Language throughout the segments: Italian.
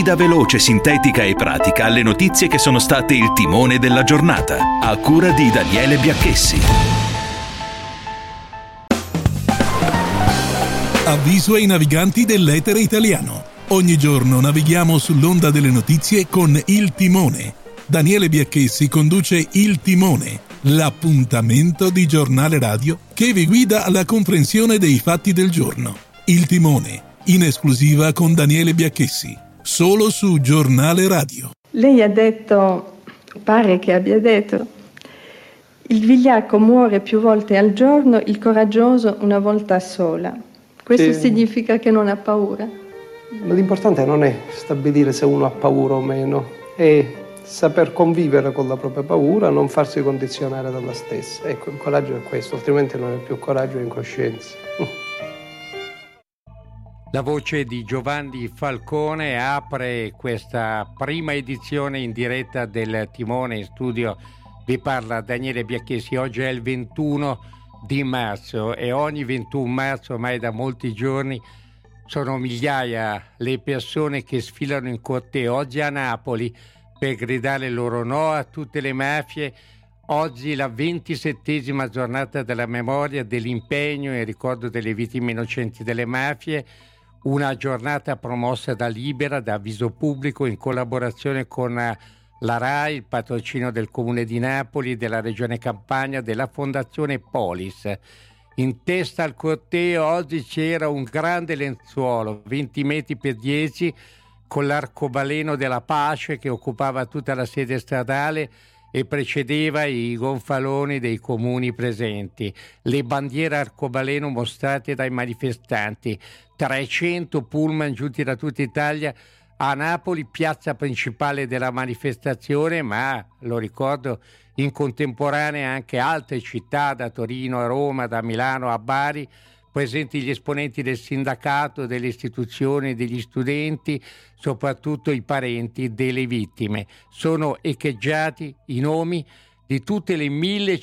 guida veloce, sintetica e pratica alle notizie che sono state il timone della giornata, a cura di Daniele Biacchessi. Avviso ai naviganti dell'etere italiano. Ogni giorno navighiamo sull'onda delle notizie con Il Timone. Daniele Biacchessi conduce Il Timone, l'appuntamento di giornale radio che vi guida alla comprensione dei fatti del giorno. Il Timone, in esclusiva con Daniele Biacchessi, solo su Giornale Radio. Lei ha detto, pare che abbia detto, il vigliacco muore più volte al giorno, il coraggioso una volta sola. Questo significa che non ha paura? L'importante non è stabilire se uno ha paura o meno, è saper convivere con la propria paura, non farsi condizionare dalla stessa. Ecco, il coraggio è questo, altrimenti non è più coraggio, è incoscienza. La voce di Giovanni Falcone apre questa prima edizione in diretta del Timone. In studio vi parla Daniele Biacchessi. Oggi è il 21 di marzo e ogni 21 marzo, ormai da molti giorni, sono migliaia le persone che sfilano in corteo. Oggi a Napoli per gridare il loro no a tutte le mafie. Oggi la 27ª giornata della memoria, dell'impegno e ricordo delle vittime innocenti delle mafie. Una giornata promossa da Libera, da Avviso Pubblico, in collaborazione con la RAI, il patrocinio del Comune di Napoli, della Regione Campania, della Fondazione Polis. In testa al corteo oggi c'era un grande lenzuolo, 20 metri per 10, con l'arcobaleno della pace che occupava tutta la sede stradale e precedeva i gonfaloni dei comuni presenti. Le bandiere arcobaleno mostrate dai manifestanti, 300 pullman giunti da tutta Italia a Napoli, piazza principale della manifestazione, ma lo ricordo in contemporanea anche altre città, da Torino a Roma, da Milano a Bari, presenti gli esponenti del sindacato, delle istituzioni, degli studenti, soprattutto i parenti delle vittime. Sono echeggiati i nomi di tutte le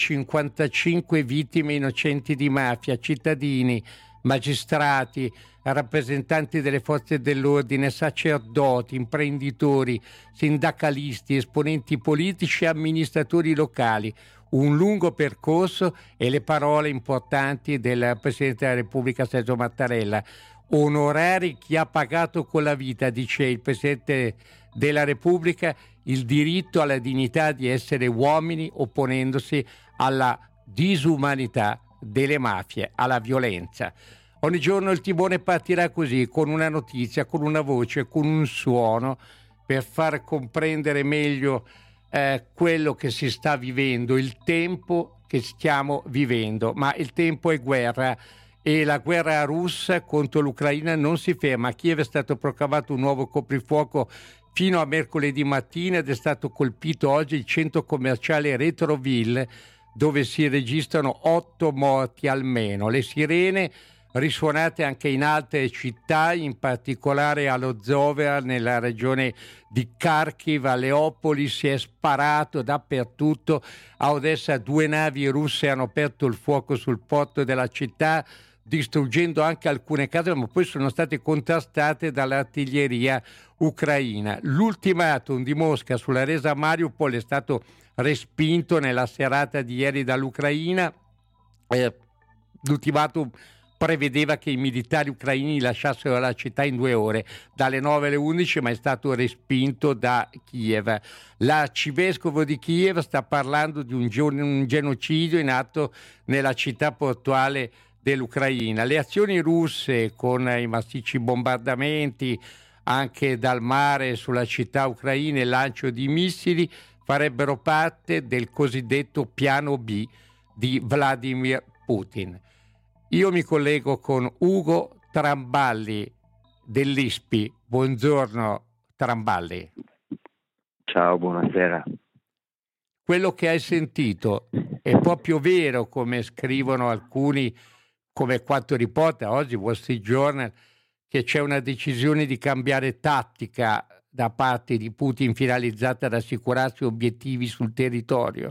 1055 vittime innocenti di mafia, cittadini, magistrati, rappresentanti delle forze dell'ordine, sacerdoti, imprenditori, sindacalisti, esponenti politici e amministratori locali. Un lungo percorso e le parole importanti del Presidente della Repubblica Sergio Mattarella. Onorare chi ha pagato con la vita, dice il Presidente della Repubblica, il diritto alla dignità di essere uomini, opponendosi alla disumanità delle mafie, alla violenza. Ogni giorno il timone partirà così, con una notizia, con una voce, con un suono, per far comprendere meglio quello che si sta vivendo, il tempo che stiamo vivendo. Ma il tempo è guerra e la guerra russa contro l'Ucraina non si ferma. A Kiev è stato proclamato un nuovo coprifuoco fino a mercoledì mattina ed è stato colpito oggi il centro commerciale Retroville, dove si registrano 8 morti almeno. Le sirene risuonate anche in altre città, in particolare allo Zovera, nella regione di Kharkiv, a Leopoli si è sparato dappertutto. A Odessa 2 navi russe hanno aperto il fuoco sul porto della città, distruggendo anche alcune case, ma poi sono state contrastate dall'artiglieria ucraina. L'ultimatum di Mosca sulla resa Mariupol è stato respinto nella serata di ieri dall'Ucraina. L'ultimatum prevedeva che i militari ucraini lasciassero la città in 2 ore, dalle 9 alle 11, ma è stato respinto da Kiev. L'arcivescovo di Kiev sta parlando di un genocidio in atto nella città portuale dell'Ucraina. Le azioni russe, con i massicci bombardamenti anche dal mare sulla città ucraina e il lancio di missili, farebbero parte del cosiddetto piano B di Vladimir Putin. Io mi collego con Ugo Tramballi dell'ISPI. Buongiorno Tramballi. Ciao, buonasera. Quello che hai sentito è proprio vero, come scrivono alcuni, come quanto riporta oggi Wall Street Journal, che c'è una decisione di cambiare tattica da parte di Putin finalizzata ad assicurarsi obiettivi sul territorio?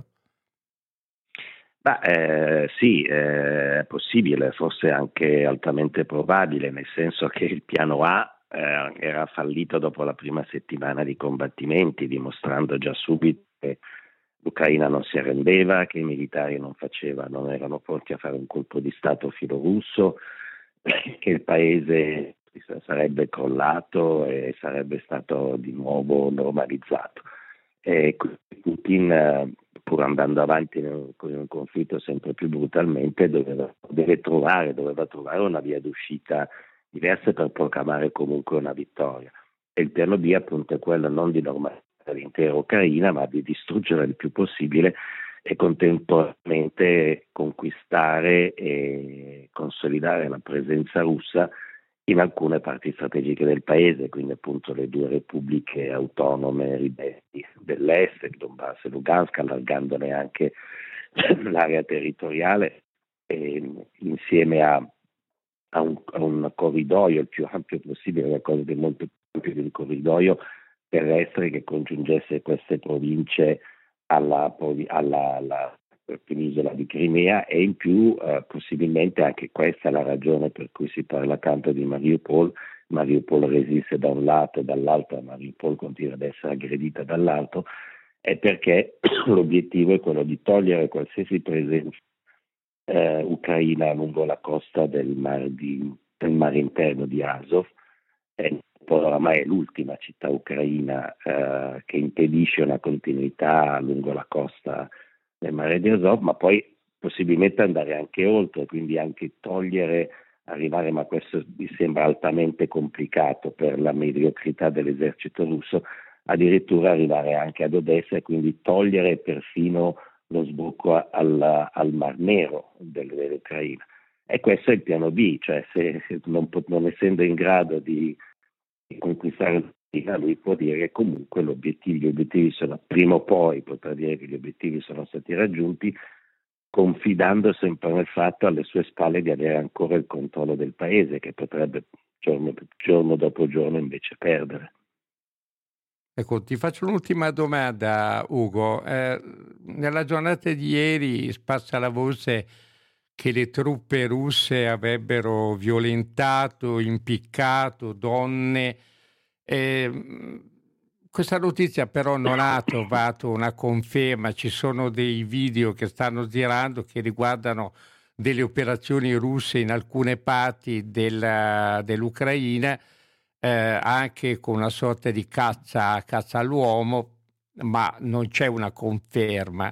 Sì, è possibile, forse anche altamente probabile, nel senso che il piano A era fallito dopo la prima settimana di combattimenti, dimostrando già subito che l'Ucraina non si arrendeva, che i militari non erano pronti a fare un colpo di Stato filorusso, che il paese sarebbe crollato e sarebbe stato di nuovo normalizzato. E Putin, pur andando avanti con un conflitto sempre più brutalmente, doveva trovare una via d'uscita diversa per proclamare comunque una vittoria. E il piano B appunto è quello non di normalizzare l'intera Ucraina, ma di distruggere il più possibile e contemporaneamente conquistare e consolidare la presenza russa in alcune parti strategiche del paese, quindi appunto le due repubbliche autonome ribelli dell'est, il Donbass e Lugansk, allargandone anche l'area territoriale, insieme a un corridoio il più ampio possibile, qualcosa di molto più ampio di un corridoio terrestre che congiungesse queste province alla penisola di Crimea, e in più possibilmente anche questa è la ragione per cui si parla tanto di Mariupol. Mariupol resiste da un lato e dall'altro Mariupol continua ad essere aggredita dall'altro, è perché l'obiettivo è quello di togliere qualsiasi presenza ucraina lungo la costa del mare interno di Azov. Oramai è l'ultima città ucraina che impedisce una continuità lungo la costa del mare di Azov, ma poi possibilmente andare anche oltre, quindi anche arrivare, ma questo mi sembra altamente complicato per la mediocrità dell'esercito russo, addirittura arrivare anche ad Odessa e quindi togliere perfino lo sbocco al Mar Nero dell'Ucraina. E questo è il piano B, cioè se non essendo in grado di conquistare l'Ucraina, lui può dire che comunque gli obiettivi sono, prima o poi potrà dire che gli obiettivi sono stati raggiunti, confidando sempre nel fatto alle sue spalle di avere ancora il controllo del paese, che potrebbe giorno dopo giorno invece perdere. Ecco, ti faccio un'ultima domanda, Ugo. Nella giornata di ieri spazza la voce che le truppe russe avrebbero violentato, impiccato donne. Questa notizia però non ha trovato una conferma. Ci sono dei video che stanno girando che riguardano delle operazioni russe in alcune parti dell'Ucraina, anche con una sorta di caccia all'uomo, ma non c'è una conferma.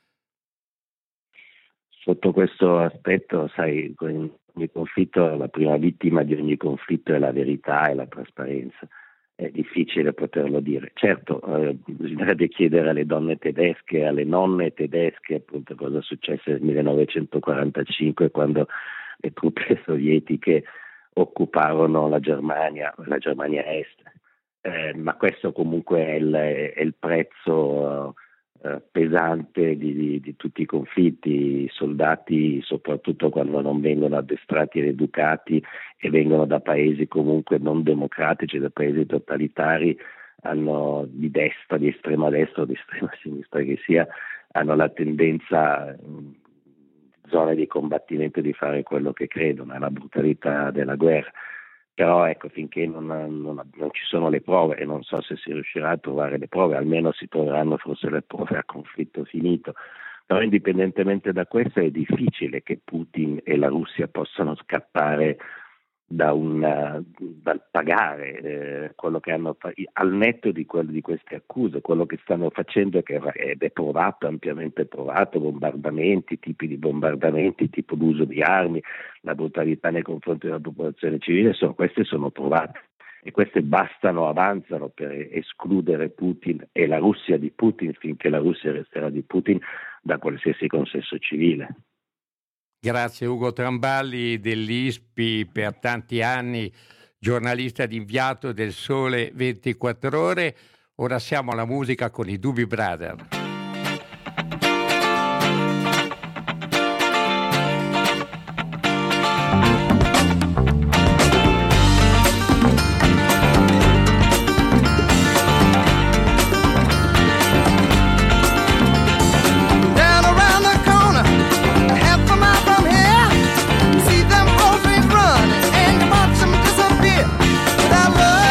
Sotto questo aspetto, sai, in ogni conflitto la prima vittima di ogni conflitto è la verità e la trasparenza. È difficile poterlo dire. Certo, bisognerebbe chiedere alle donne tedesche, alle nonne tedesche, appunto, cosa successe nel 1945 quando le truppe sovietiche occuparono la Germania Est. Ma questo comunque è il prezzo pesante di tutti i conflitti. I soldati, soprattutto quando non vengono addestrati ed educati e vengono da paesi comunque non democratici, da paesi totalitari, hanno di destra, di estrema destra o di estrema sinistra che sia, hanno la tendenza in zone di combattimento di fare quello che credono, è la brutalità della guerra. Però ecco, finché non ci sono le prove, e non so se si riuscirà a trovare le prove, almeno si troveranno forse le prove a conflitto finito. Però indipendentemente da questo è difficile che Putin e la Russia possano scappare dal pagare quello che hanno al netto di queste accuse. Quello che stanno facendo ed è provato, ampiamente provato, tipi di bombardamenti, tipo l'uso di armi, la brutalità nei confronti della popolazione civile, queste sono provate e queste avanzano per escludere Putin e la Russia di Putin, finché la Russia resterà di Putin, da qualsiasi consesso civile. Grazie Ugo Tramballi dell'ISPI, per tanti anni giornalista ed inviato del Sole 24 Ore. Ora siamo alla musica con i Doobie Brothers. That love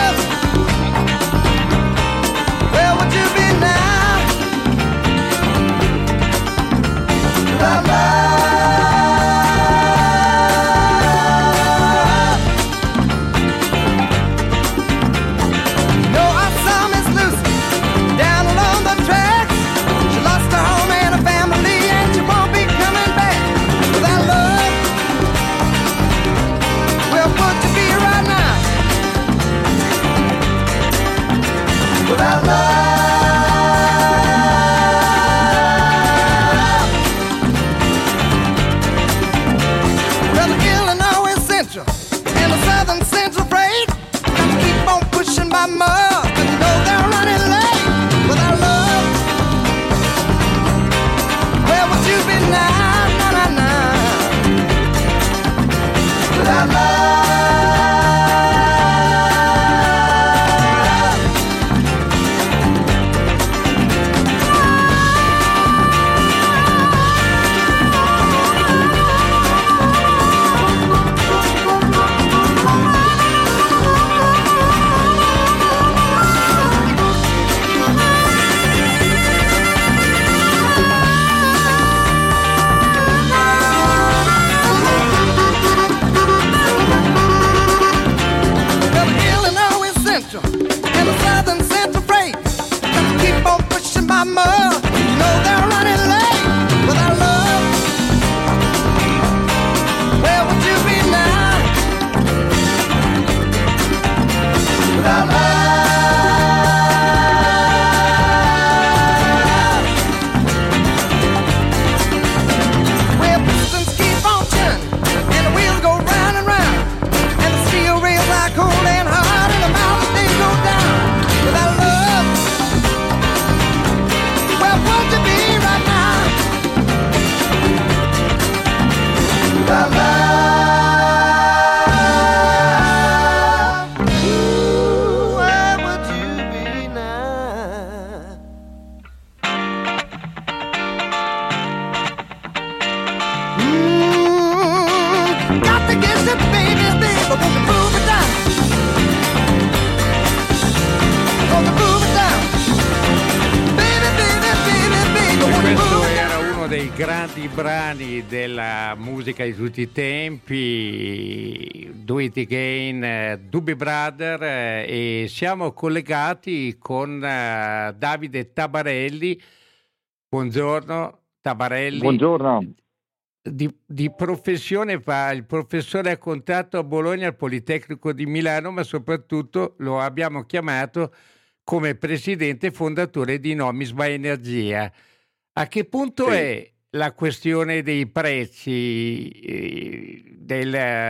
Grandi brani della musica di tutti i tempi, Do It Again, Doobie Brother, e siamo collegati con Davide Tabarelli. Buongiorno Tabarelli. Buongiorno. Di professione fa il professore a contatto a Bologna al Politecnico di Milano, ma soprattutto lo abbiamo chiamato come presidente fondatore di Nomisma Energia. A che punto è la questione dei prezzi del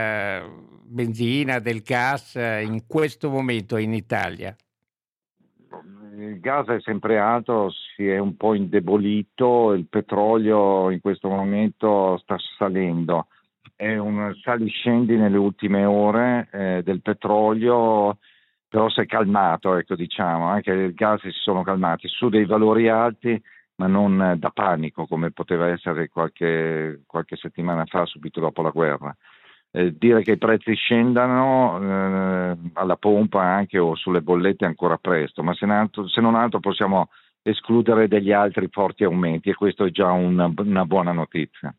benzina, del gas in questo momento in Italia? Il gas è sempre alto, si è un po' indebolito, il petrolio in questo momento sta salendo, è un saliscendi nelle ultime ore del petrolio, però si è calmato, ecco, diciamo, anche il gas si sono calmati su dei valori alti, ma non da panico come poteva essere qualche settimana fa, subito dopo la guerra. Dire che i prezzi scendano alla pompa anche o sulle bollette è ancora presto, ma se non altro possiamo escludere degli altri forti aumenti, e questo è già una buona notizia.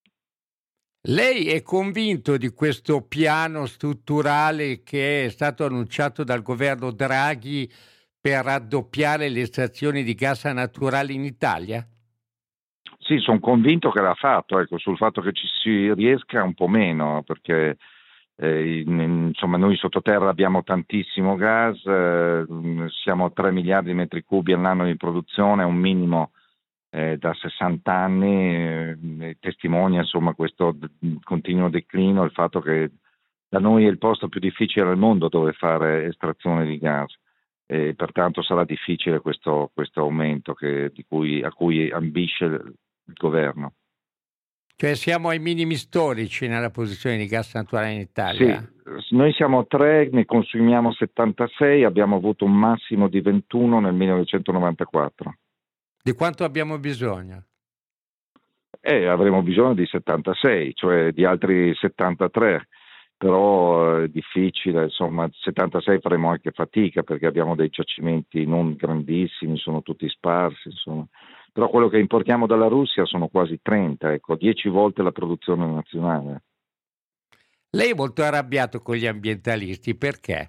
Lei è convinto di questo piano strutturale che è stato annunciato dal governo Draghi per raddoppiare le stazioni di gas naturale in Italia? Sì, sono convinto che l'ha fatto, ecco, sul fatto che ci si riesca un po' meno, perché insomma noi sottoterra abbiamo tantissimo gas, siamo a 3 miliardi di metri cubi all'anno di produzione, un minimo da 60 anni, testimonia insomma questo continuo declino, il fatto che da noi è il posto più difficile al mondo dove fare estrazione di gas. E pertanto sarà difficile questo aumento a cui ambisce il governo. Cioè siamo ai minimi storici nella posizione di gas naturale in Italia? Sì, noi siamo a 3, ne consumiamo 76, abbiamo avuto un massimo di 21 nel 1994. Di quanto abbiamo bisogno? Avremo bisogno di 76, cioè di altri 73. Però è difficile, insomma, 76 faremo anche fatica perché abbiamo dei giacimenti non grandissimi, sono tutti sparsi, insomma. Però quello che importiamo dalla Russia sono quasi 30, ecco, 10 volte la produzione nazionale. Lei è molto arrabbiato con gli ambientalisti, perché?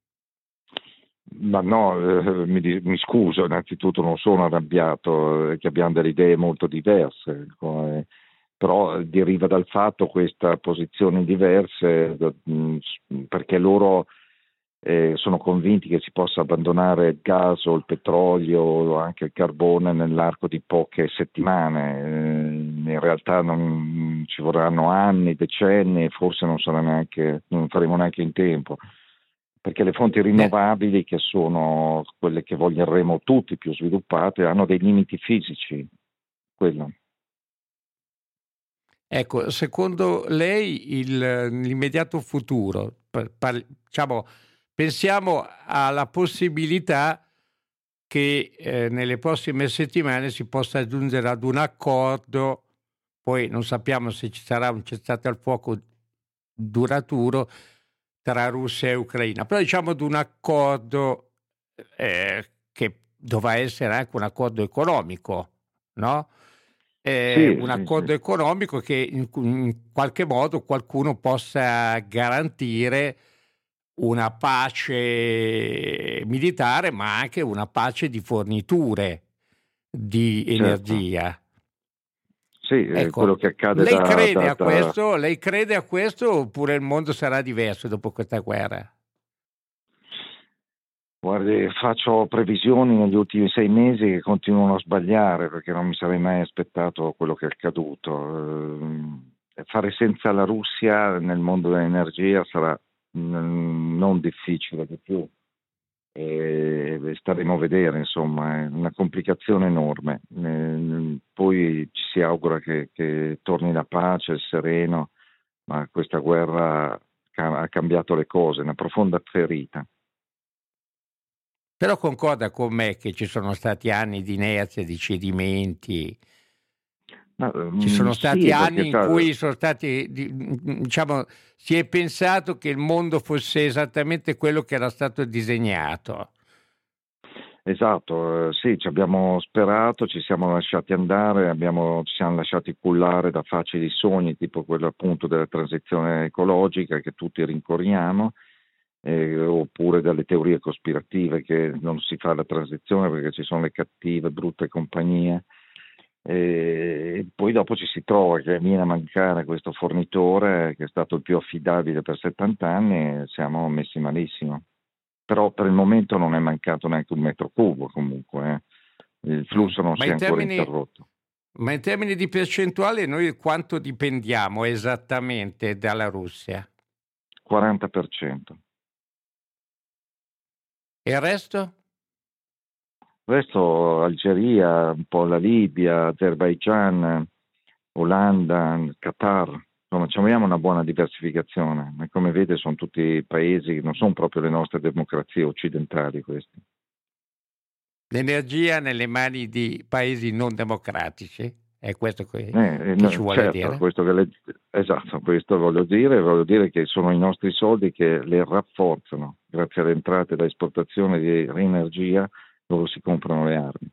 Ma no, mi scuso, innanzitutto non sono arrabbiato, che abbiamo delle idee molto diverse, ecco, però deriva dal fatto questa posizioni diverse perché loro sono convinti che si possa abbandonare il gas o il petrolio o anche il carbone nell'arco di poche settimane. In realtà non ci vorranno anni, decenni, e forse non faremo neanche in tempo, perché le fonti rinnovabili, che sono quelle che voglieremo tutti più sviluppate, hanno dei limiti fisici. Quello. Ecco, secondo lei l'immediato futuro, diciamo, pensiamo alla possibilità che nelle prossime settimane si possa giungere ad un accordo, poi non sappiamo se ci sarà un cessate al fuoco duraturo tra Russia e Ucraina, però diciamo ad un accordo che dovrà essere anche un accordo economico, no? Un accordo economico che in qualche modo qualcuno possa garantire una pace militare, ma anche una pace di forniture di energia. Sì, ecco, quello che accade lei crede a questo? Lei crede a questo oppure il mondo sarà diverso dopo questa guerra? Guardi, faccio previsioni negli ultimi 6 mesi che continuano a sbagliare, perché non mi sarei mai aspettato quello che è accaduto. Fare senza la Russia nel mondo dell'energia sarà non difficile di più. Staremo a vedere, insomma, è una complicazione enorme. Poi ci si augura che torni la pace, il sereno, ma questa guerra ha cambiato le cose, una profonda ferita. Però concorda con me che ci sono stati anni di inerzia, di cedimenti. Ci sono stati anni in cui sono stati, diciamo, si è pensato che il mondo fosse esattamente quello che era stato disegnato. Esatto, sì, ci abbiamo sperato, ci siamo lasciati andare, ci siamo lasciati cullare da facili sogni, tipo quello appunto della transizione ecologica che tutti rincorriamo, oppure dalle teorie cospirative che non si fa la transizione perché ci sono le cattive, brutte compagnie. E poi dopo ci si trova che viene a mancare questo fornitore che è stato il più affidabile per 70 anni e siamo messi malissimo. Però per il momento non è mancato neanche un metro cubo comunque, il flusso non si è ancora interrotto. Ma in termini di percentuale noi quanto dipendiamo esattamente dalla Russia? 40%. E il resto? Il resto Algeria, un po' la Libia, Azerbaigian, Olanda, Qatar. Insomma, abbiamo una buona diversificazione, ma come vede sono tutti paesi che non sono proprio le nostre democrazie occidentali questi. L'energia nelle mani di paesi non democratici? È questo che ci vuole certo, dire? Esatto, questo voglio dire che sono i nostri soldi che le rafforzano, grazie alle entrate da esportazione di energia, loro si comprano le armi.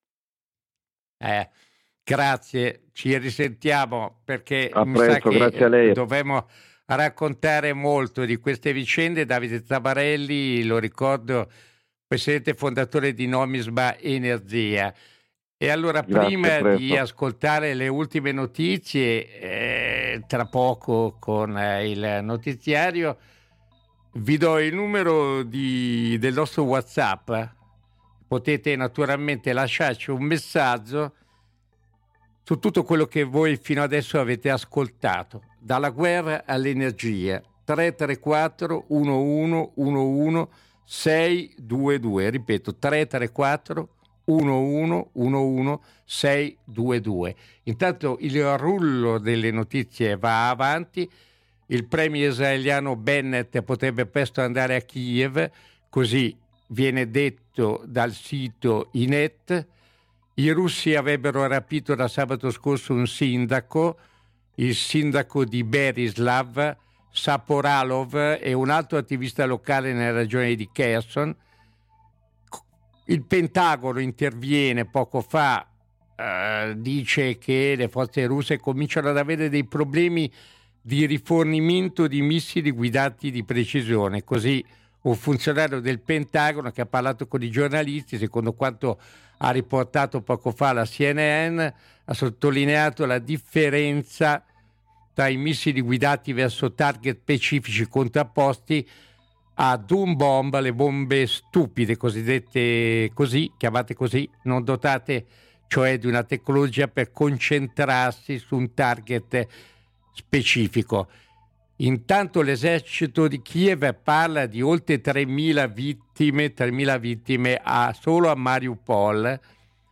Grazie, ci risentiamo perché mi sa che grazie a lei. Dovremmo raccontare molto di queste vicende. Davide Zabarelli, lo ricordo, presidente fondatore di Nomisma Energia. E allora prima di ascoltare le ultime notizie, tra poco con il notiziario, vi do il numero del nostro WhatsApp. Potete naturalmente lasciarci un messaggio su tutto quello che voi fino adesso avete ascoltato, dalla guerra all'energia. 334 1111 622, ripeto 334 1111 622. Intanto il rullo delle notizie va avanti. Il premier israeliano Bennett potrebbe presto andare a Kiev, così viene detto dal sito Inet. I russi avrebbero rapito da sabato scorso un sindaco, il sindaco di Berislav, Saporalov, e un altro attivista locale nella regione di Kherson. Il Pentagono interviene poco fa, dice che le forze russe cominciano ad avere dei problemi di rifornimento di missili guidati di precisione. Così un funzionario del Pentagono che ha parlato con i giornalisti, secondo quanto ha riportato poco fa la CNN, ha sottolineato la differenza tra i missili guidati verso target specifici contrapposti a Doom Bomb, le bombe stupide, cosiddette così, chiamate così, non dotate cioè di una tecnologia per concentrarsi su un target specifico. Intanto l'esercito di Kiev parla di oltre 3.000 vittime solo a Mariupol,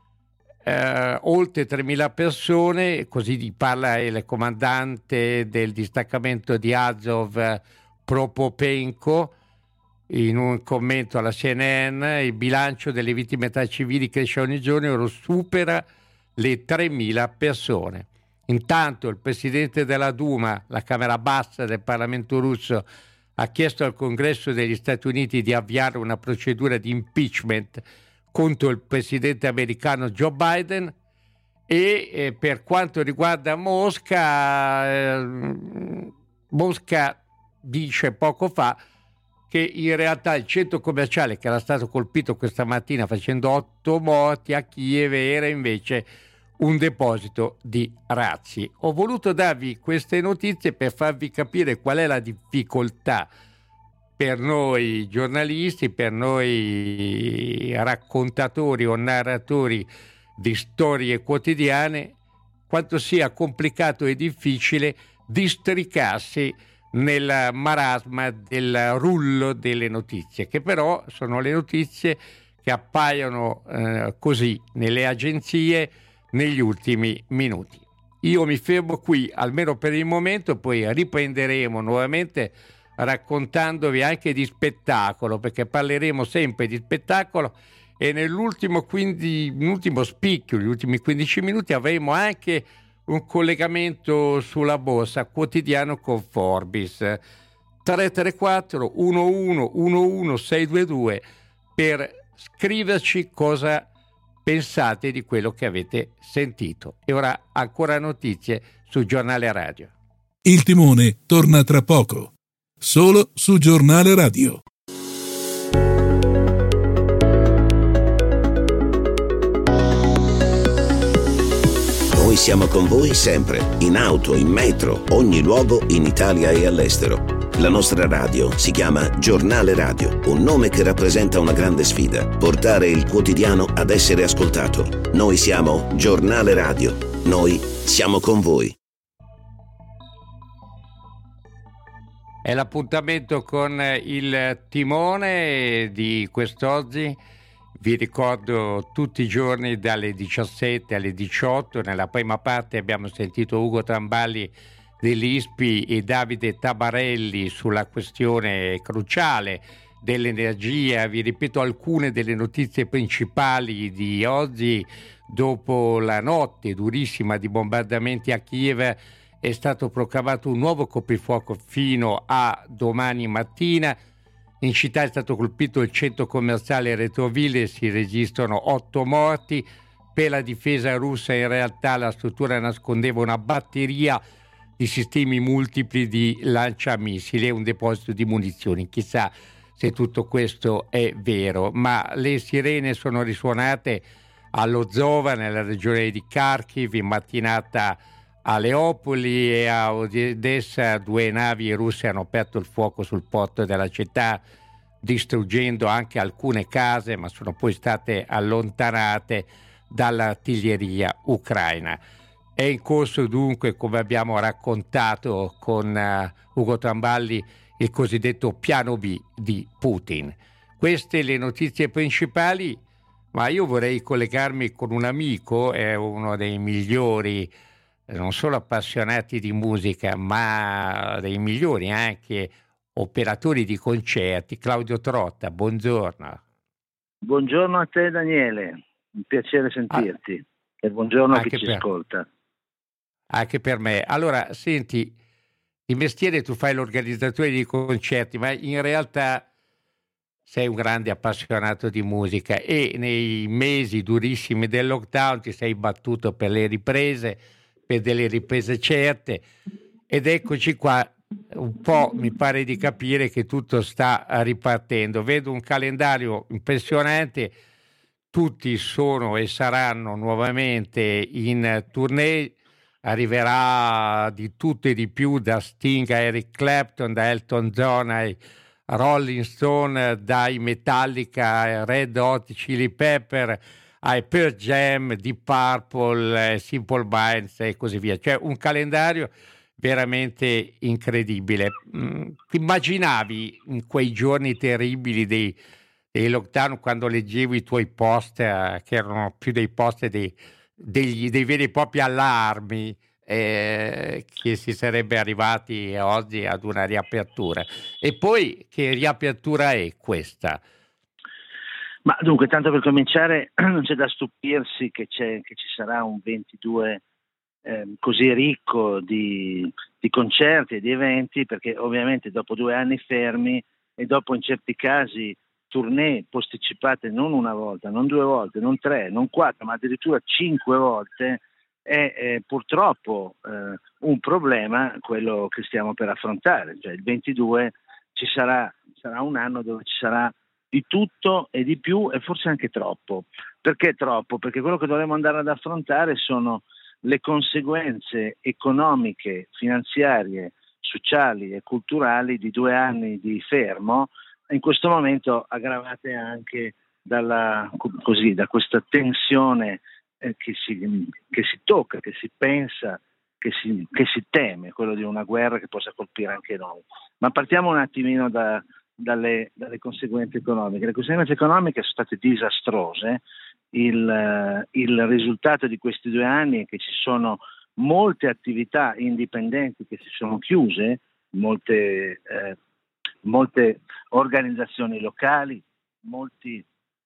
oltre 3.000 persone, così parla il comandante del distaccamento di Azov, Prokopenko, in un commento alla CNN. Il bilancio delle vittime tra civili cresce ogni giorno e supera le 3.000 persone. Intanto il presidente della Duma, la Camera Bassa del Parlamento russo, ha chiesto al Congresso degli Stati Uniti di avviare una procedura di impeachment contro il presidente americano Joe Biden. E per quanto riguarda Mosca, Mosca dice poco fa che in realtà il centro commerciale che era stato colpito questa mattina facendo 8 morti a Kiev era invece un deposito di razzi. Ho voluto darvi queste notizie per farvi capire qual è la difficoltà per noi giornalisti, per noi raccontatori o narratori di storie quotidiane, quanto sia complicato e difficile districarsi nel marasma del rullo delle notizie, che però sono le notizie che appaiono così nelle agenzie negli ultimi minuti. Io mi fermo qui, almeno per il momento, poi riprenderemo nuovamente raccontandovi anche di spettacolo, perché parleremo sempre di spettacolo, e nell'ultimo spicchio, gli ultimi 15 minuti, avremo anche un collegamento sulla borsa quotidiano con Forbes. 334 11 11 622 per scriverci cosa pensate di quello che avete sentito. E ora ancora notizie su Giornale Radio. Il timone torna tra poco, solo su Giornale Radio. Noi siamo con voi sempre, in auto, in metro, ogni luogo in Italia e all'estero. La nostra radio si chiama Giornale Radio, un nome che rappresenta una grande sfida, portare il quotidiano ad essere ascoltato. Noi siamo Giornale Radio, noi siamo con voi. È l'appuntamento con il timone di quest'oggi. Vi ricordo tutti i giorni dalle 17 alle 18. Nella prima parte abbiamo sentito Ugo Tramballi dell'ISPI e Davide Tabarelli sulla questione cruciale dell'energia. Vi ripeto alcune delle notizie principali di oggi. Dopo la notte durissima di bombardamenti a Kiev è stato proclamato un nuovo coprifuoco fino a domani mattina. In città è stato colpito il centro commerciale Retroville e si registrano 8 morti. Per la difesa russa in realtà la struttura nascondeva una batteria di sistemi multipli di lanciamissili e un deposito di munizioni. Chissà se tutto questo è vero, ma le sirene sono risuonate a Lozova, nella regione di Kharkiv, in mattinata a Leopoli e a Odessa 2 navi russe hanno aperto il fuoco sul porto della città, distruggendo anche alcune case, ma sono poi state allontanate dall'artiglieria ucraina. È in corso dunque, come abbiamo raccontato con Ugo Tramballi, il cosiddetto piano B di Putin. Queste le notizie principali, ma io vorrei collegarmi con un amico, è uno dei migliori non solo appassionati di musica, ma dei migliori anche operatori di concerti. Claudio Trotta, buongiorno. Buongiorno a te Daniele, un piacere sentirti e buongiorno a chi ci ascolta. Anche per me. Allora, senti, di mestiere tu fai l'organizzatore di concerti, ma in realtà sei un grande appassionato di musica e nei mesi durissimi del lockdown ti sei battuto per le riprese, per delle riprese certe, ed eccoci qua, un po' mi pare di capire che tutto sta ripartendo. Vedo un calendario impressionante, tutti sono e saranno nuovamente in tournée, arriverà di tutto e di più, da Sting a Eric Clapton, da Elton John Rolling Stone, dai Metallica, Red Hot Chili Pepper, ai Pearl Jam, Deep Purple, Simple Minds e così via. Cioè un calendario veramente incredibile. Ti immaginavi in quei giorni terribili dei lockdown, quando leggevo i tuoi post, che erano più dei post dei veri e propri allarmi, che si sarebbe arrivati oggi ad una riapertura? E poi che riapertura è questa? Ma dunque, tanto per cominciare, non c'è da stupirsi che ci sarà un 22 così ricco di concerti e di eventi, perché ovviamente dopo 2 anni fermi e dopo in certi casi tournée posticipate non una volta, non 2 volte, non 3, non 4, ma addirittura 5 volte, è purtroppo un problema quello che stiamo per affrontare. Cioè il 22 sarà un anno dove ci sarà di tutto e di più, e forse anche troppo. Perché troppo? Perché quello che dovremo andare ad affrontare sono le conseguenze economiche, finanziarie, sociali e culturali di 2 anni di fermo, in questo momento aggravate anche da questa tensione che si tocca, che si pensa, che si teme, quello di una guerra che possa colpire anche noi. Ma partiamo un attimino dalle conseguenze economiche. Le conseguenze economiche sono state disastrose. Il risultato di questi 2 anni è che ci sono molte attività indipendenti che si sono chiuse, molte organizzazioni locali, molti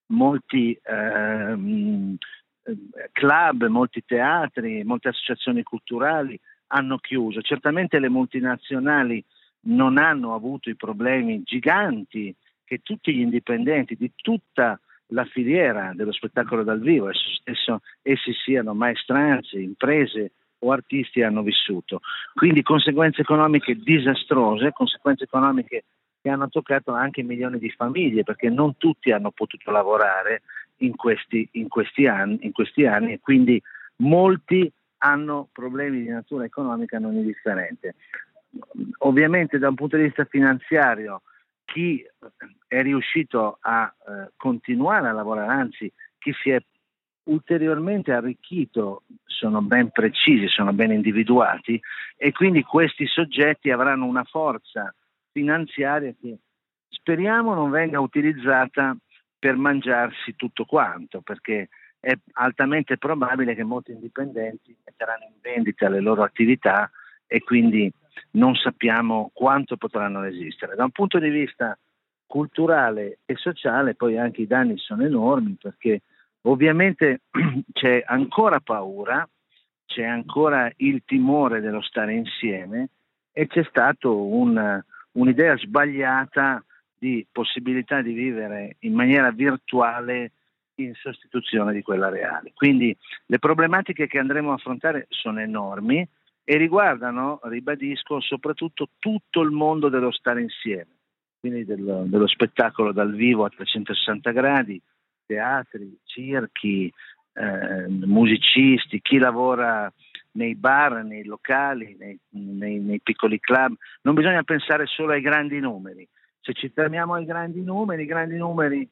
club, molti teatri, molte associazioni culturali hanno chiuso. Certamente le multinazionali non hanno avuto i problemi giganti che tutti gli indipendenti di tutta la filiera dello spettacolo dal vivo, essi siano maestranze, imprese o artisti, hanno vissuto. Quindi conseguenze economiche disastrose, conseguenze economiche che hanno toccato anche milioni di famiglie, perché non tutti hanno potuto lavorare in questi anni, e quindi molti hanno problemi di natura economica non indifferente. Ovviamente da un punto di vista finanziario, chi è riuscito a continuare a lavorare, anzi chi si è ulteriormente arricchito, sono ben precisi, sono ben individuati, e quindi questi soggetti avranno una forza finanziaria che speriamo non venga utilizzata per mangiarsi tutto quanto, perché è altamente probabile che molti indipendenti metteranno in vendita le loro attività e quindi non sappiamo quanto potranno resistere. Da un punto di vista culturale e sociale poi anche i danni sono enormi, perché ovviamente c'è ancora paura, c'è ancora il timore dello stare insieme, e c'è stato un'idea sbagliata di possibilità di vivere in maniera virtuale in sostituzione di quella reale. Quindi le problematiche che andremo a affrontare sono enormi e riguardano, ribadisco, soprattutto tutto il mondo dello stare insieme, quindi dello spettacolo dal vivo a 360 gradi, teatri, circhi, musicisti, chi lavora nei bar, nei locali, nei piccoli club. Non bisogna pensare solo ai grandi numeri. Se ci fermiamo ai grandi numeri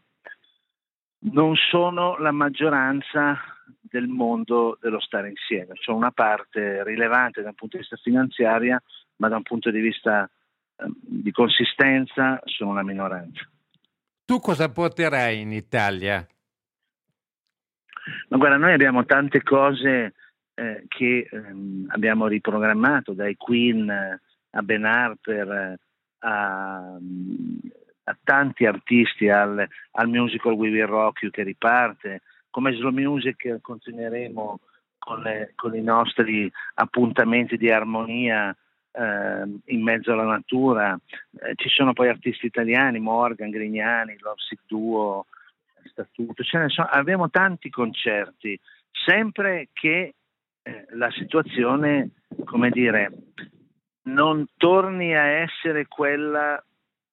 non sono la maggioranza del mondo dello stare insieme. C'è una parte rilevante da un punto di vista finanziario, ma da un punto di vista di consistenza sono una minoranza. Tu cosa porterai in Italia? Ma guarda, noi abbiamo tante cose che abbiamo riprogrammato, dai Queen a Ben Harper a tanti artisti, al musical We Will Rock You che riparte. Come Slow Music continueremo con i nostri appuntamenti di armonia in mezzo alla natura. Ci sono poi artisti italiani, Morgan, Grignani, Lovesick Duo, Statuto, abbiamo tanti concerti, sempre che la situazione, come dire, non torni a essere quella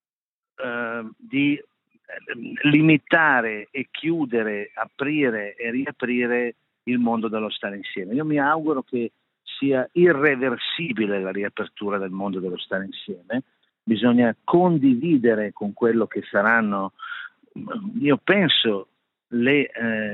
di limitare e chiudere, aprire e riaprire il mondo dello stare insieme. Io mi auguro che sia irreversibile la riapertura del mondo dello stare insieme, bisogna condividere con quello che saranno, io penso, le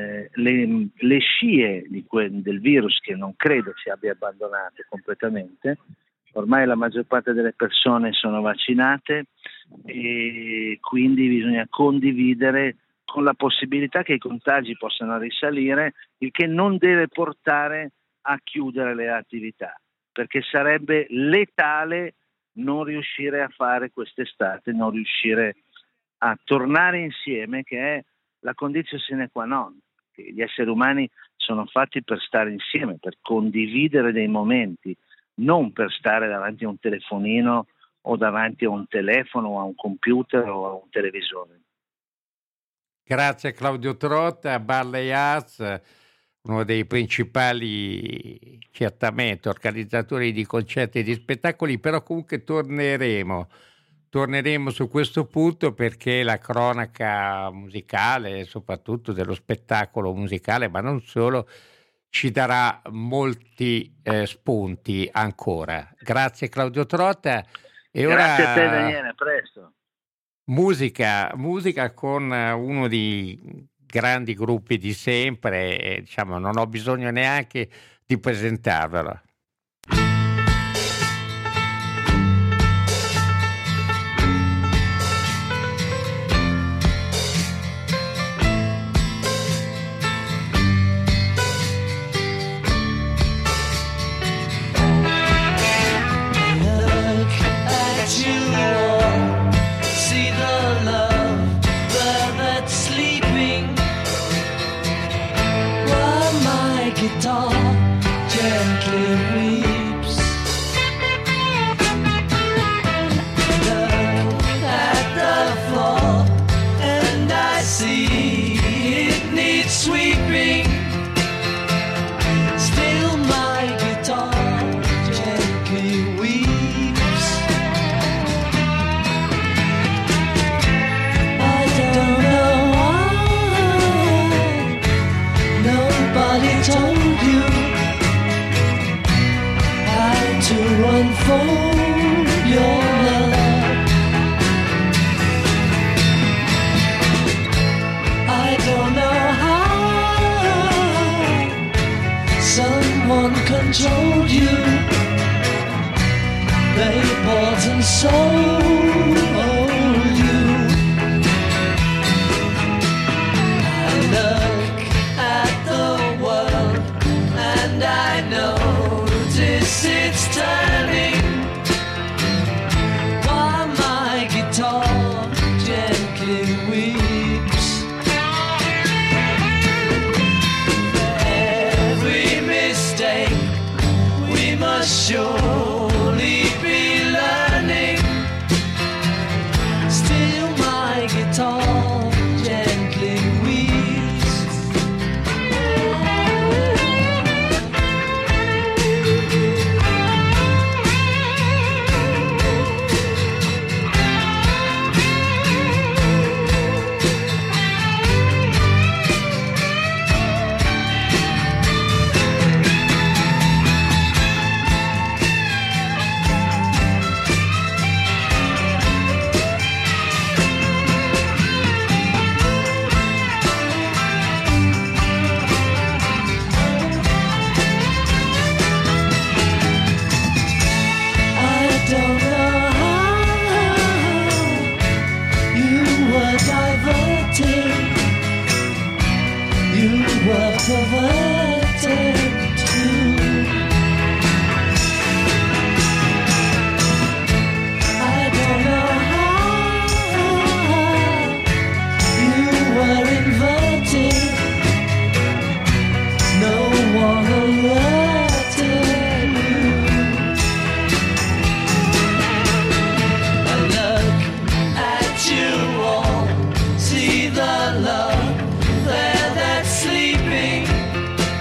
scie del virus, che non credo ci abbia abbandonate completamente. Ormai la maggior parte delle persone sono vaccinate e quindi bisogna condividere, con la possibilità che i contagi possano risalire, il che non deve portare a chiudere le attività, perché sarebbe letale non riuscire a fare quest'estate, non riuscire a tornare insieme, che è la condizione sine qua non. Gli esseri umani sono fatti per stare insieme, per condividere dei momenti, non per stare davanti a un telefonino o davanti a un telefono o a un computer o a un televisore. Grazie Claudio Trotta, Barley Arts, uno dei principali certamente organizzatori di concerti e di spettacoli, però comunque torneremo su questo punto, perché la cronaca musicale, soprattutto dello spettacolo musicale, ma non solo, ci darà molti spunti ancora. Grazie Claudio Trotta. E grazie ora, a te Daniele, a presto. Musica con uno dei grandi gruppi di sempre, e, diciamo, non ho bisogno neanche di presentarvelo. Controlled you, they bought and sold you. I look at the world and I notice it's turning, while my guitar gently weeps. Surely be learning. Still my guitar gently weeps. See the love there that's sleeping.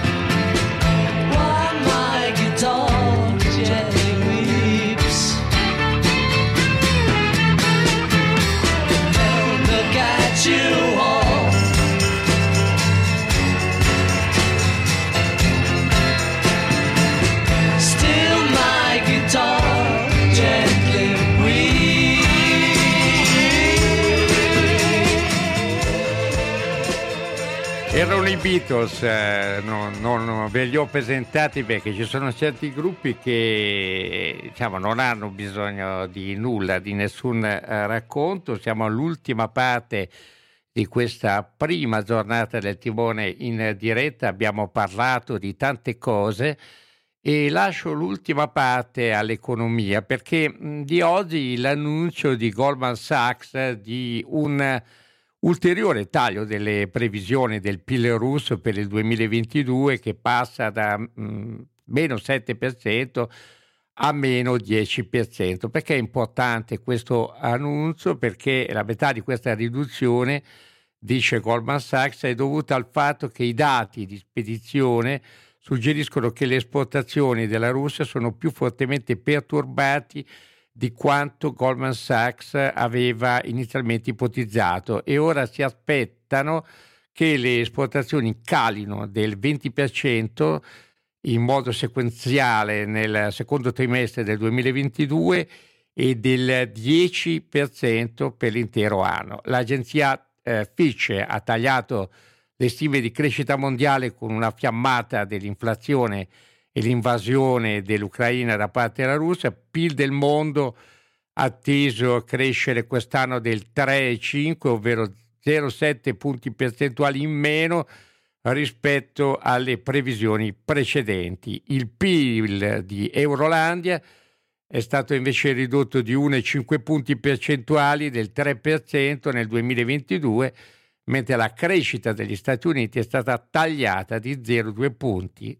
Erano i Beatles, non ve li ho presentati perché ci sono certi gruppi che diciamo, non hanno bisogno di nulla, di nessun racconto. Siamo all'ultima parte di questa prima giornata del Timone in diretta, abbiamo parlato di tante cose e lascio l'ultima parte all'economia perché di oggi l'annuncio di Goldman Sachs di un ulteriore taglio delle previsioni del PIL russo per il 2022 che passa da meno 7% a meno 10%. Perché è importante questo annuncio? Perché la metà di questa riduzione, dice Goldman Sachs, è dovuta al fatto che i dati di spedizione suggeriscono che le esportazioni della Russia sono più fortemente perturbati di quanto Goldman Sachs aveva inizialmente ipotizzato e ora si aspettano che le esportazioni calino del 20% in modo sequenziale nel secondo trimestre del 2022 e del 10% per l'intero anno. L'agenzia Fitch ha tagliato le stime di crescita mondiale con una fiammata dell'inflazione e l'invasione dell'Ucraina da parte della Russia. PIL del mondo atteso crescere quest'anno del 3,5, ovvero 0,7 punti percentuali in meno rispetto alle previsioni precedenti. Il PIL di Eurolandia è stato invece ridotto di 1,5 punti percentuali del 3% nel 2022, mentre la crescita degli Stati Uniti è stata tagliata di 0,2 punti,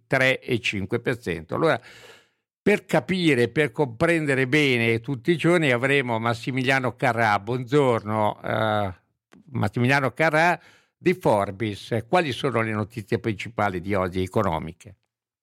3,5%. Allora, per capire, per comprendere bene tutti i giorni avremo Massimiliano Carrà. Buongiorno, Massimiliano Carrà di Forbes. Quali sono le notizie principali di oggi economiche?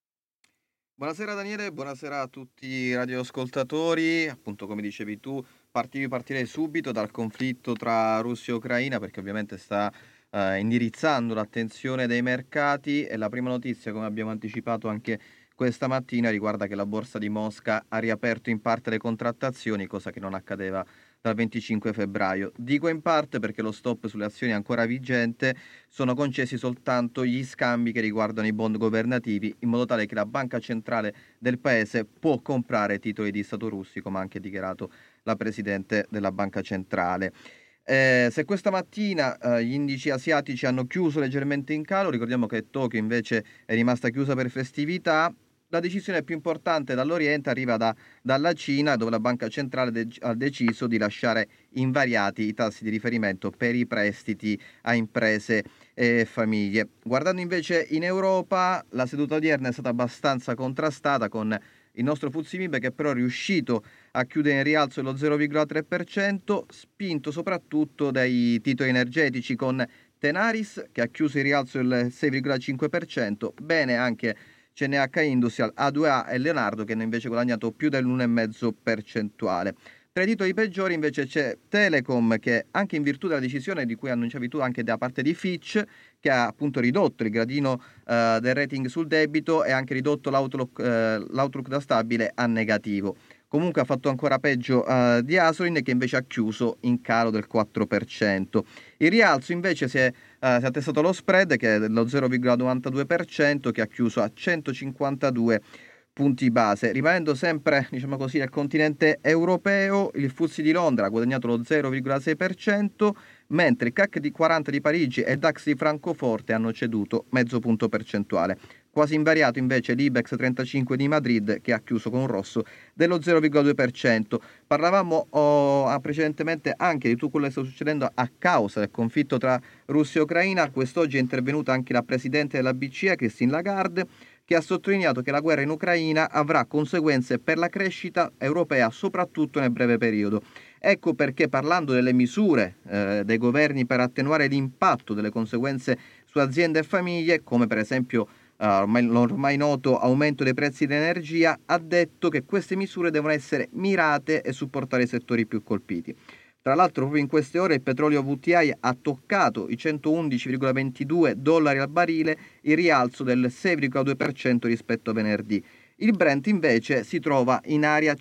Buonasera Daniele, buonasera a tutti i radioascoltatori. Appunto, come dicevi tu, partirei subito dal conflitto tra Russia e Ucraina perché ovviamente sta indirizzando l'attenzione dei mercati e la prima notizia, come abbiamo anticipato anche questa mattina, riguarda che la borsa di Mosca ha riaperto in parte le contrattazioni, cosa che non accadeva dal 25 febbraio. Dico in parte perché lo stop sulle azioni è ancora vigente, sono concessi soltanto gli scambi che riguardano i bond governativi, in modo tale che la banca centrale del paese può comprare titoli di Stato russi, come ha anche dichiarato la Presidente della Banca Centrale. Se questa mattina gli indici asiatici hanno chiuso leggermente in calo, ricordiamo che Tokyo invece è rimasta chiusa per festività. La decisione più importante dall'Oriente arriva dalla Cina, dove la banca centrale ha deciso di lasciare invariati i tassi di riferimento per i prestiti a imprese e famiglie. Guardando invece in Europa, la seduta odierna è stata abbastanza contrastata, con il nostro FTSE MIB che però è riuscito a chiudere in rialzo dello 0,3%, spinto soprattutto dai titoli energetici, con Tenaris che ha chiuso in rialzo del 6,5%, bene anche CNH Industrial, A2A e Leonardo che hanno invece guadagnato più dell'1,5 percentuale. Tra i titoli peggiori invece c'è Telecom che, anche in virtù della decisione di cui annunciavi tu anche da parte di Fitch, che ha appunto ridotto il gradino del rating sul debito e anche ridotto l'outlook da stabile a negativo. Comunque ha fatto ancora peggio di Asolin, che invece ha chiuso in calo del 4%. Il rialzo invece si è attestato lo spread, che è dello 0,92%, che ha chiuso a 152 punti base. Rimanendo sempre, diciamo così, nel continente europeo, il FTSE di Londra ha guadagnato lo 0,6%, mentre il CAC di 40 di Parigi e il DAX di Francoforte hanno ceduto mezzo punto percentuale. Quasi invariato invece l'Ibex 35 di Madrid, che ha chiuso con un rosso dello 0,2%. Parlavamo precedentemente anche di tutto quello che sta succedendo a causa del conflitto tra Russia e Ucraina. Quest'oggi è intervenuta anche la Presidente della BCE, Christine Lagarde, che ha sottolineato che la guerra in Ucraina avrà conseguenze per la crescita europea, soprattutto nel breve periodo. Ecco perché, parlando delle misure dei governi per attenuare l'impatto delle conseguenze su aziende e famiglie, come per esempio l'ormai noto aumento dei prezzi dell'energia, ha detto che queste misure devono essere mirate e supportare i settori più colpiti. Tra l'altro, proprio in queste ore il petrolio WTI ha toccato i $111,22 al barile, il rialzo del 6,2% rispetto a venerdì. Il Brent invece si trova in area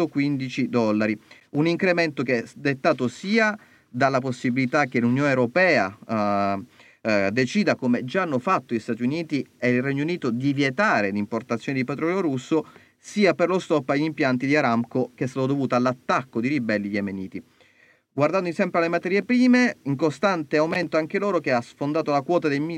$115, un incremento che è dettato sia dalla possibilità che l'Unione Europea decida, come già hanno fatto gli Stati Uniti e il Regno Unito, di vietare l'importazione di petrolio russo, sia per lo stop agli impianti di Aramco, che è stato dovuto all'attacco di ribelli yemeniti. Guardando sempre alle materie prime, in costante aumento anche loro, che ha sfondato la quota dei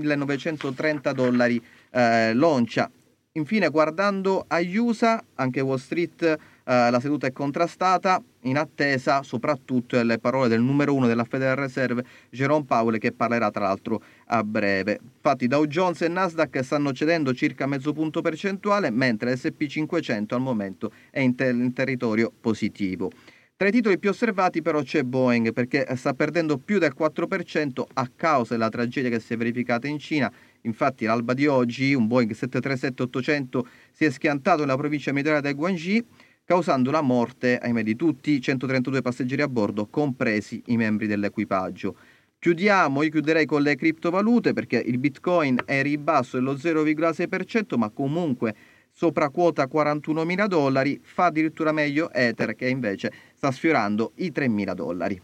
$1.930 l'oncia. Infine, guardando agli USA, anche Wall Street, la seduta è contrastata, in attesa soprattutto delle parole del numero uno della Federal Reserve, Jerome Powell, che parlerà tra l'altro a breve. Infatti Dow Jones e Nasdaq stanno cedendo circa mezzo punto percentuale, mentre l'S&P 500 al momento è in territorio positivo. Tra i titoli più osservati però c'è Boeing, perché sta perdendo più del 4% a causa della tragedia che si è verificata in Cina. Infatti all'alba di oggi un Boeing 737-800 si è schiantato nella provincia meridionale del Guangxi, causando la morte, ahimè, di tutti i 132 passeggeri a bordo, compresi i membri dell'equipaggio. Io chiuderei con le criptovalute, perché il Bitcoin è in ribasso dello 0,6%, ma comunque sopra quota $41.000, fa addirittura meglio Ether, che invece sta sfiorando i $3.000.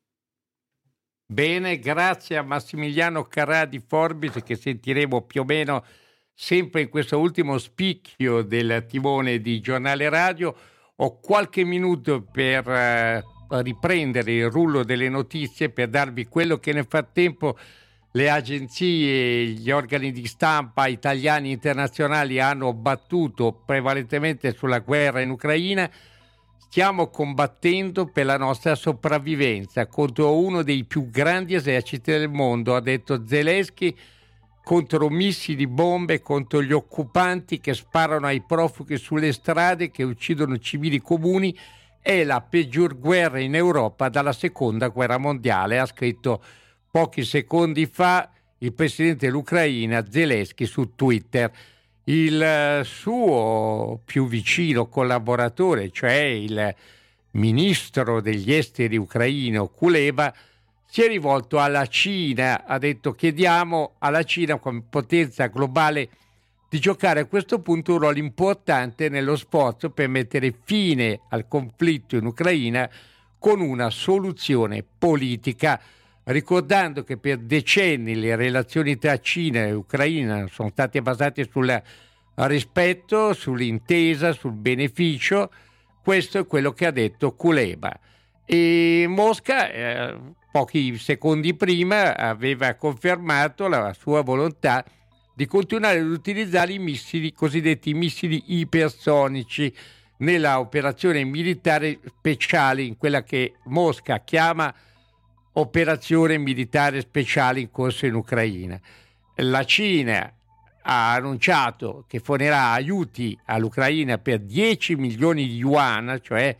Bene, grazie a Massimiliano Carrà di Forbes, che sentiremo più o meno sempre in questo ultimo spicchio del timone di Giornale Radio. Ho qualche minuto per riprendere il rullo delle notizie, per darvi quello che nel frattempo le agenzie, gli organi di stampa italiani e internazionali hanno battuto prevalentemente sulla guerra in Ucraina. Stiamo combattendo per la nostra sopravvivenza contro uno dei più grandi eserciti del mondo, ha detto Zelensky, contro missili, bombe, contro gli occupanti che sparano ai profughi sulle strade, che uccidono civili comuni. È la peggior guerra in Europa dalla seconda guerra mondiale, ha scritto pochi secondi fa il presidente dell'Ucraina Zelensky su Twitter. Il suo più vicino collaboratore, cioè il ministro degli esteri ucraino Kuleba, si è rivolto alla Cina, ha detto: chiediamo alla Cina come potenza globale di giocare a questo punto un ruolo importante nello sforzo per mettere fine al conflitto in Ucraina con una soluzione politica, ricordando che per decenni le relazioni tra Cina e Ucraina sono state basate sul rispetto, sull'intesa, sul beneficio. Questo è quello che ha detto Kuleba. E Mosca pochi secondi prima aveva confermato la sua volontà di continuare ad utilizzare i missili, cosiddetti missili ipersonici, nella operazione militare speciale, in quella che Mosca chiama operazione militare speciale in corso in Ucraina. La Cina ha annunciato che fornirà aiuti all'Ucraina per 10 milioni di yuan, cioè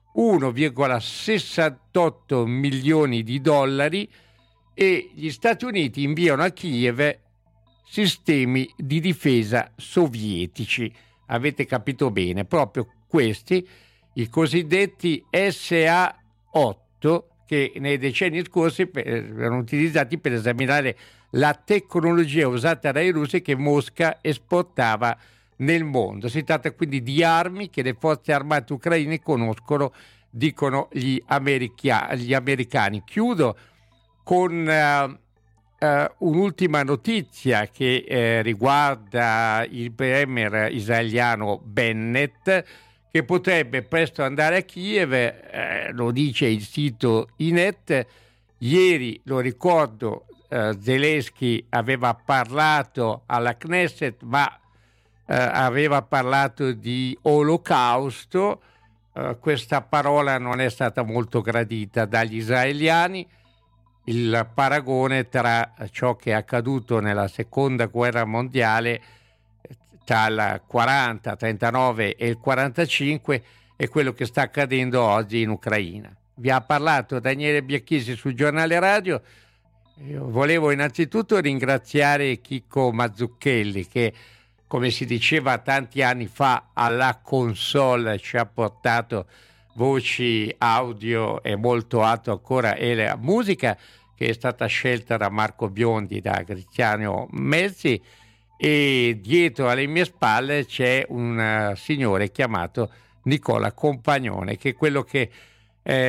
1,68 milioni di dollari, e gli Stati Uniti inviano a Kiev sistemi di difesa sovietici. Avete capito bene, proprio questi, i cosiddetti SA-8, che nei decenni scorsi erano utilizzati per esaminare la tecnologia usata dai russi che Mosca esportava nel mondo. Si tratta quindi di armi che le forze armate ucraine conoscono, dicono gli americani. Chiudo con un'ultima notizia che riguarda il premier israeliano Bennett, che potrebbe presto andare a Kiev, lo dice il sito Ynet. Ieri, lo ricordo, Zelensky aveva parlato alla Knesset, ma aveva parlato di olocausto. Questa parola non è stata molto gradita dagli israeliani. Il paragone tra ciò che è accaduto nella seconda guerra mondiale, tra il 40, 39 e il 45, è quello che sta accadendo oggi in Ucraina. Vi ha parlato Daniele Biacchisi sul Giornale Radio. Io volevo innanzitutto ringraziare Chicco Mazzucchelli, che, come si diceva tanti anni fa, alla console ci ha portato voci, audio e molto altro ancora, e la musica che è stata scelta da Marco Biondi, da Cristiano Mezzi, e dietro alle mie spalle c'è un signore chiamato Nicola Compagnone, che è quello che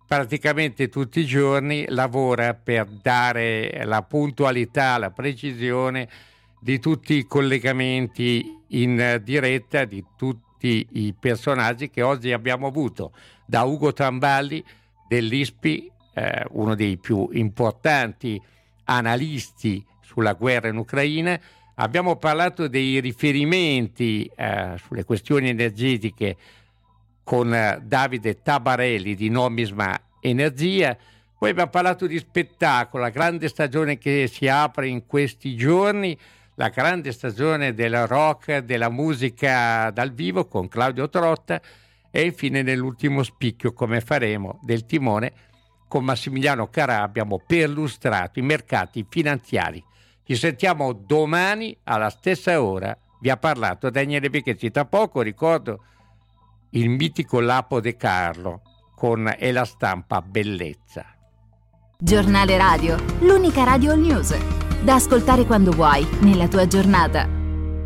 praticamente tutti i giorni lavora per dare la puntualità, la precisione di tutti i collegamenti in diretta di tutti i personaggi che oggi abbiamo avuto, da Ugo Tamballi dell'ISPI, uno dei più importanti analisti sulla guerra in Ucraina. Abbiamo parlato dei riferimenti sulle questioni energetiche con Davide Tabarelli di Nomisma Energia. Poi abbiamo parlato di spettacolo, la grande stagione che si apre in questi giorni, la grande stagione del rock, della musica dal vivo con Claudio Trotta, e infine nell'ultimo spicchio, come faremo, del timone con Massimiliano Carà abbiamo perlustrato i mercati finanziari. Ci sentiamo domani alla stessa ora. Vi ha parlato Daniele Biechesi. Tra poco ricordo il mitico Lapo De Carlo con E la stampa bellezza. Giornale Radio, l'unica radio all news. Da ascoltare quando vuoi, nella tua giornata.